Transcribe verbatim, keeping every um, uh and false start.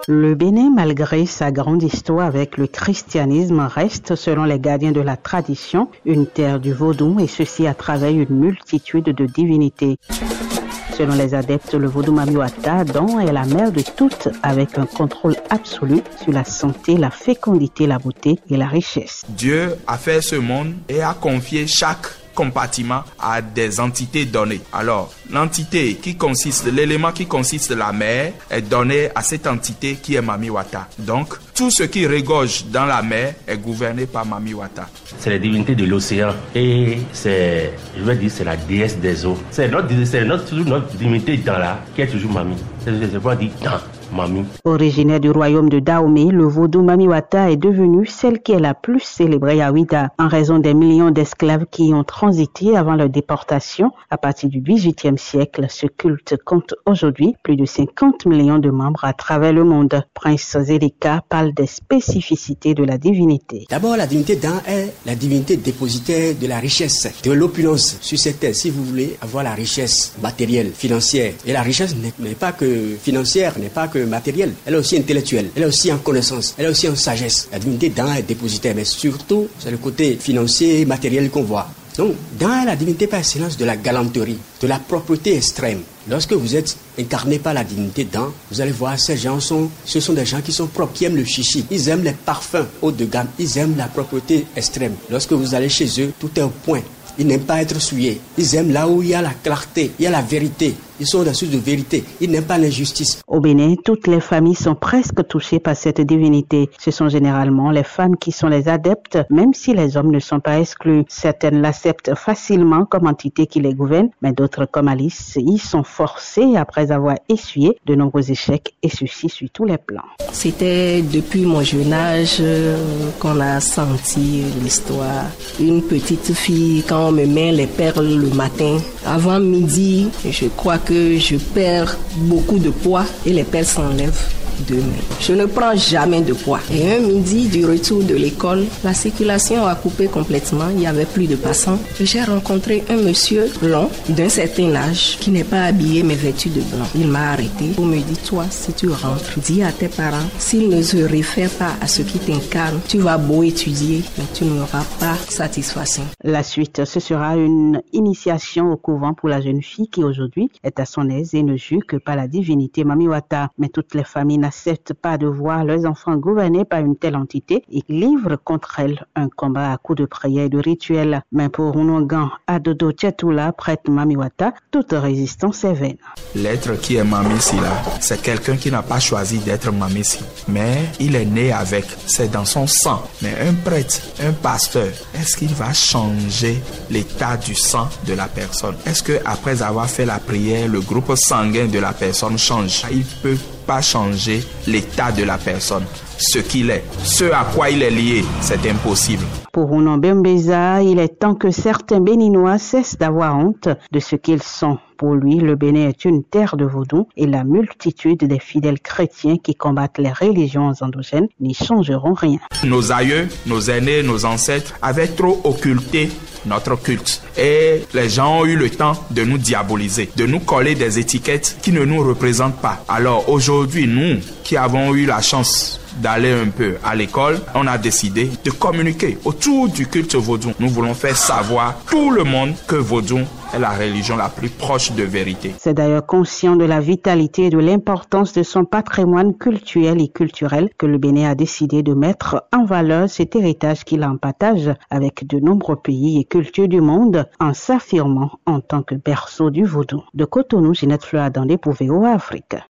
Le Bénin, malgré sa grande histoire avec le christianisme, reste, selon les gardiens de la tradition, une terre du vaudou, et ceci à travers une multitude de divinités. Selon les adeptes, le vaudou Mami Wata, dont est la mère de toutes, avec un contrôle absolu sur la santé, la fécondité, la beauté et la richesse. Dieu a fait ce monde et a confié chaque compartiment à des entités données. Alors, l'entité qui consiste, l'élément qui consiste de la mer est donné à cette entité qui est Mami Wata. Donc, tout ce qui regorge dans la mer est gouverné par Mami Wata. C'est la divinité de l'océan et c'est, je vais dire, c'est la déesse des eaux. C'est notre, c'est notre, notre divinité dans là qui est toujours Mami. C'est pas dire dans. Mami. Originaire du royaume de Dahomey, le vaudou Mami Wata est devenu celle qui est la plus célébrée à Ouidah en raison des millions d'esclaves qui y ont transité avant leur déportation. À partir du dix-huitième siècle, ce culte compte aujourd'hui plus de cinquante millions de membres à travers le monde. Prince Zédeka parle des spécificités de la divinité. D'abord, la divinité d'An est la divinité dépositaire de la richesse, de l'opulence sur cette terre. Si vous voulez avoir la richesse matérielle, financière, et la richesse n'est pas que financière, n'est pas que matérielle, elle est aussi intellectuelle, elle est aussi en connaissance, elle est aussi en sagesse. La divinité d'An est dépositaire, mais surtout, c'est le côté financier et matériel qu'on voit. Donc, dans la divinité par excellence de la galanterie, de la propreté extrême. Lorsque vous êtes incarné par la divinité d'An, vous allez voir, ces gens sont, ce sont des gens qui sont propres, qui aiment le chichi. Ils aiment les parfums haut de gamme, ils aiment la propreté extrême. Lorsque vous allez chez eux, tout est au point. Ils n'aiment pas être souillés. Ils aiment là où il y a la clarté, il y a la vérité. Ils sont dans une de vérité. Ils n'aiment pas l'injustice. Au Bénin, toutes les familles sont presque touchées par cette divinité. Ce sont généralement les femmes qui sont les adeptes, même si les hommes ne sont pas exclus. Certaines l'acceptent facilement comme entité qui les gouverne, mais d'autres, comme Alice, y sont forcées après avoir essuyé de nombreux échecs, et ceci sur tous les plans. C'était depuis mon jeune âge euh, qu'on a senti l'histoire. Une petite fille, quand on me met les perles le matin, avant midi, je crois que je perds beaucoup de poids et les perles s'enlèvent de moi. Je ne prends jamais de poids. Et un midi du retour de l'école, la circulation a coupé complètement. Il n'y avait plus de passants. J'ai rencontré un monsieur blond d'un certain âge qui n'est pas habillé mais vêtu de blanc. Il m'a arrêté pour me dire, toi, si tu rentres, dis à tes parents, s'ils ne se réfèrent pas à ce qui t'incarne, tu vas beau étudier, mais tu n'auras pas satisfaction. La suite, ce sera une initiation au couvent pour la jeune fille qui aujourd'hui est à son aise et ne jure que par la divinité Mami Wata. Mais toutes les familles n'acceptent pas de voir leurs enfants gouvernés par une telle entité et livrent contre elle un combat à coups de prière et de rituels. Mais pour Unongan Adodo Tchetula, prêtre Mami Wata, toute résistance est vaine. L'être qui est Mamisi là, c'est quelqu'un qui n'a pas choisi d'être Mamisi, mais il est né avec, c'est dans son sang. Mais un prêtre, un pasteur, est-ce qu'il va changer l'état du sang de la personne? Est-ce que après avoir fait la prière, le groupe sanguin de la personne change? Il peut pas changer l'état de la personne, ce qu'il est, ce à quoi il est lié, c'est impossible. Pour Unon Bembeza, il est temps que certains Béninois cessent d'avoir honte de ce qu'ils sont. Pour lui, le Bénin est une terre de vaudou et la multitude des fidèles chrétiens qui combattent les religions endogènes n'y changeront rien. Nos aïeux, nos aînés, nos ancêtres avaient trop occulté notre culte. Et les gens ont eu le temps de nous diaboliser, de nous coller des étiquettes qui ne nous représentent pas. Alors aujourd'hui, nous qui avons eu la chance d'aller un peu à l'école, on a décidé de communiquer autour du culte vaudou. Nous voulons faire savoir tout le monde que vaudou est la religion la plus proche de vérité. C'est d'ailleurs conscient de la vitalité et de l'importance de son patrimoine culturel et culturel que le Bénin a décidé de mettre en valeur cet héritage qu'il en partage avec de nombreux pays et cultures du monde en s'affirmant en tant que berceau du vaudou. De Cotonou, Ginette Fleur Adandé pour V O A Afrique.